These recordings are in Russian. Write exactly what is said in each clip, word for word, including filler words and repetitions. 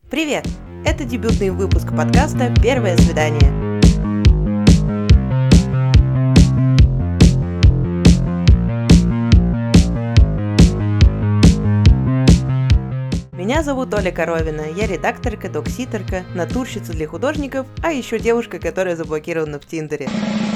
Привет! Это дебютный выпуск подкаста «Первое свидание». Меня зовут Оля Коровина, я редакторка, докситерка, натурщица для художников, а еще девушка, которая заблокирована в Тиндере.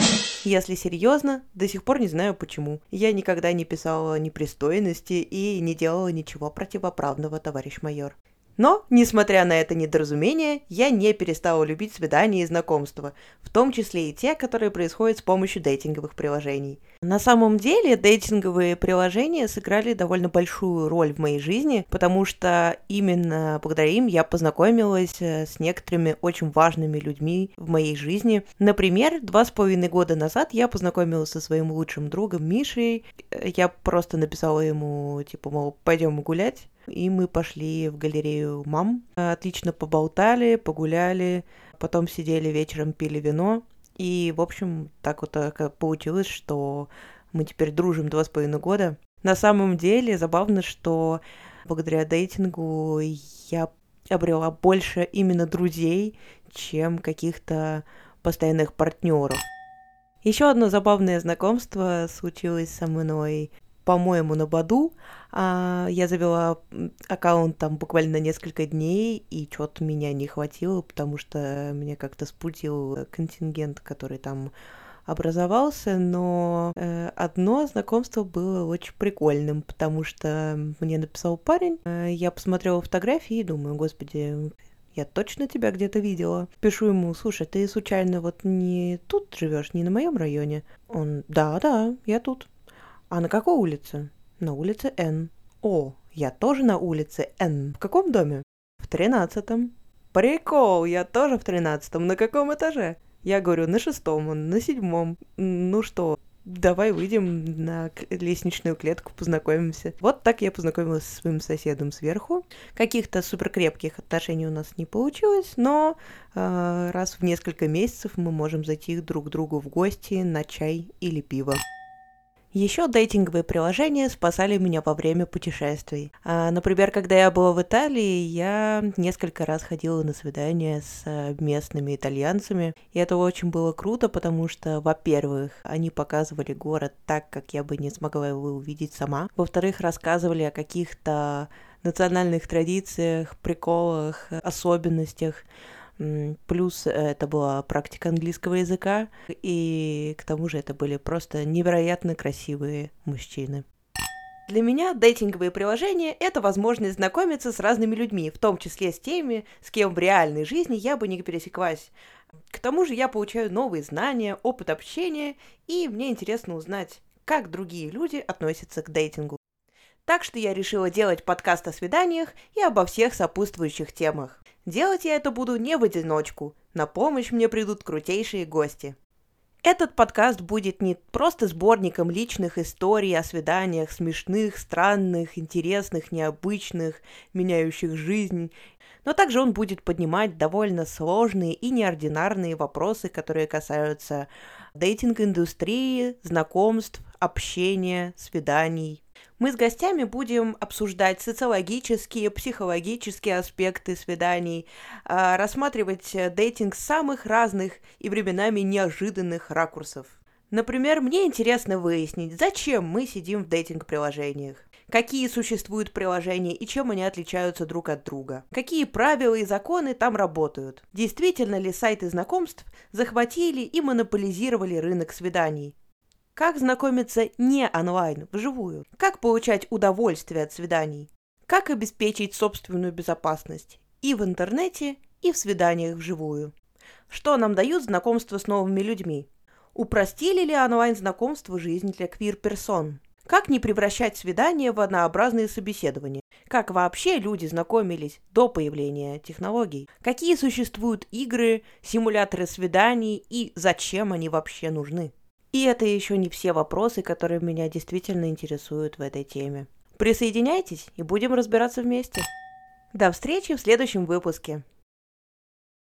Если серьезно, до сих пор не знаю почему. Я никогда не писала непристойности и не делала ничего противоправного, товарищ майор. Но, несмотря на это недоразумение, я не перестала любить свидания и знакомства, в том числе и те, которые происходят с помощью дейтинговых приложений. На самом деле, дейтинговые приложения сыграли довольно большую роль в моей жизни, потому что именно благодаря им я познакомилась с некоторыми очень важными людьми в моей жизни. Например, два с половиной года назад я познакомилась со своим лучшим другом Мишей. Я просто написала ему, типа, мол, пойдем гулять. И мы пошли в галерею мам, отлично поболтали, погуляли, потом сидели вечером, пили вино. И, в общем, так вот так получилось, что мы теперь дружим два с половиной года. На самом деле, забавно, что благодаря дейтингу я обрела больше именно друзей, чем каких-то постоянных партнеров. Еще одно забавное знакомство случилось со мной, по-моему, на Баду. А, я завела аккаунт там буквально на несколько дней, и что-то меня не хватило, потому что меня как-то спутил контингент, который там образовался, но э, одно знакомство было очень прикольным, потому что мне написал парень, э, я посмотрела фотографии и думаю, господи, я точно тебя где-то видела. Пишу ему, слушай, ты случайно вот не тут живешь, не на моем районе? Он, да-да, я тут. А на какой улице? На улице Н. О, я тоже на улице Н. В каком доме? В тринадцатом. Прикол, я тоже в тринадцатом. На каком этаже? Я говорю, на шестом, он на седьмом. Ну что, давай выйдем на лестничную клетку, познакомимся. Вот так я познакомилась со своим соседом сверху. Каких-то суперкрепких отношений у нас не получилось, но э, раз в несколько месяцев мы можем зайти друг к другу в гости на чай или пиво. Еще дейтинговые приложения спасали меня во время путешествий. А, например, когда я была в Италии, я несколько раз ходила на свидания с местными итальянцами. И это очень было круто, потому что, во-первых, они показывали город так, как я бы не смогла его увидеть сама. Во-вторых, рассказывали о каких-то национальных традициях, приколах, особенностях. Плюс это была практика английского языка, и к тому же это были просто невероятно красивые мужчины. Для меня дейтинговые приложения – это возможность знакомиться с разными людьми, в том числе с теми, с кем в реальной жизни я бы не пересеклась. К тому же я получаю новые знания, опыт общения, и мне интересно узнать, как другие люди относятся к дейтингу. Так что я решила делать подкаст о свиданиях и обо всех сопутствующих темах. Делать я это буду не в одиночку, на помощь мне придут крутейшие гости. Этот подкаст будет не просто сборником личных историй о свиданиях, смешных, странных, интересных, необычных, меняющих жизнь, но также он будет поднимать довольно сложные и неординарные вопросы, которые касаются дейтинг-индустрии, знакомств, общения, свиданий. Мы с гостями будем обсуждать социологические, психологические аспекты свиданий, рассматривать дейтинг с самых разных и временами неожиданных ракурсов. Например, мне интересно выяснить, зачем мы сидим в дейтинг-приложениях, какие существуют приложения и чем они отличаются друг от друга, какие правила и законы там работают, действительно ли сайты знакомств захватили и монополизировали рынок свиданий. Как знакомиться не онлайн, вживую? Как получать удовольствие от свиданий? Как обеспечить собственную безопасность и в интернете, и в свиданиях вживую? Что нам дают знакомства с новыми людьми? Упростили ли онлайн-знакомство жизнь для квир-персон? Как не превращать свидания в однообразные собеседования? Как вообще люди знакомились до появления технологий? Какие существуют игры, симуляторы свиданий и зачем они вообще нужны? И это еще не все вопросы, которые меня действительно интересуют в этой теме. Присоединяйтесь и будем разбираться вместе. До встречи в следующем выпуске.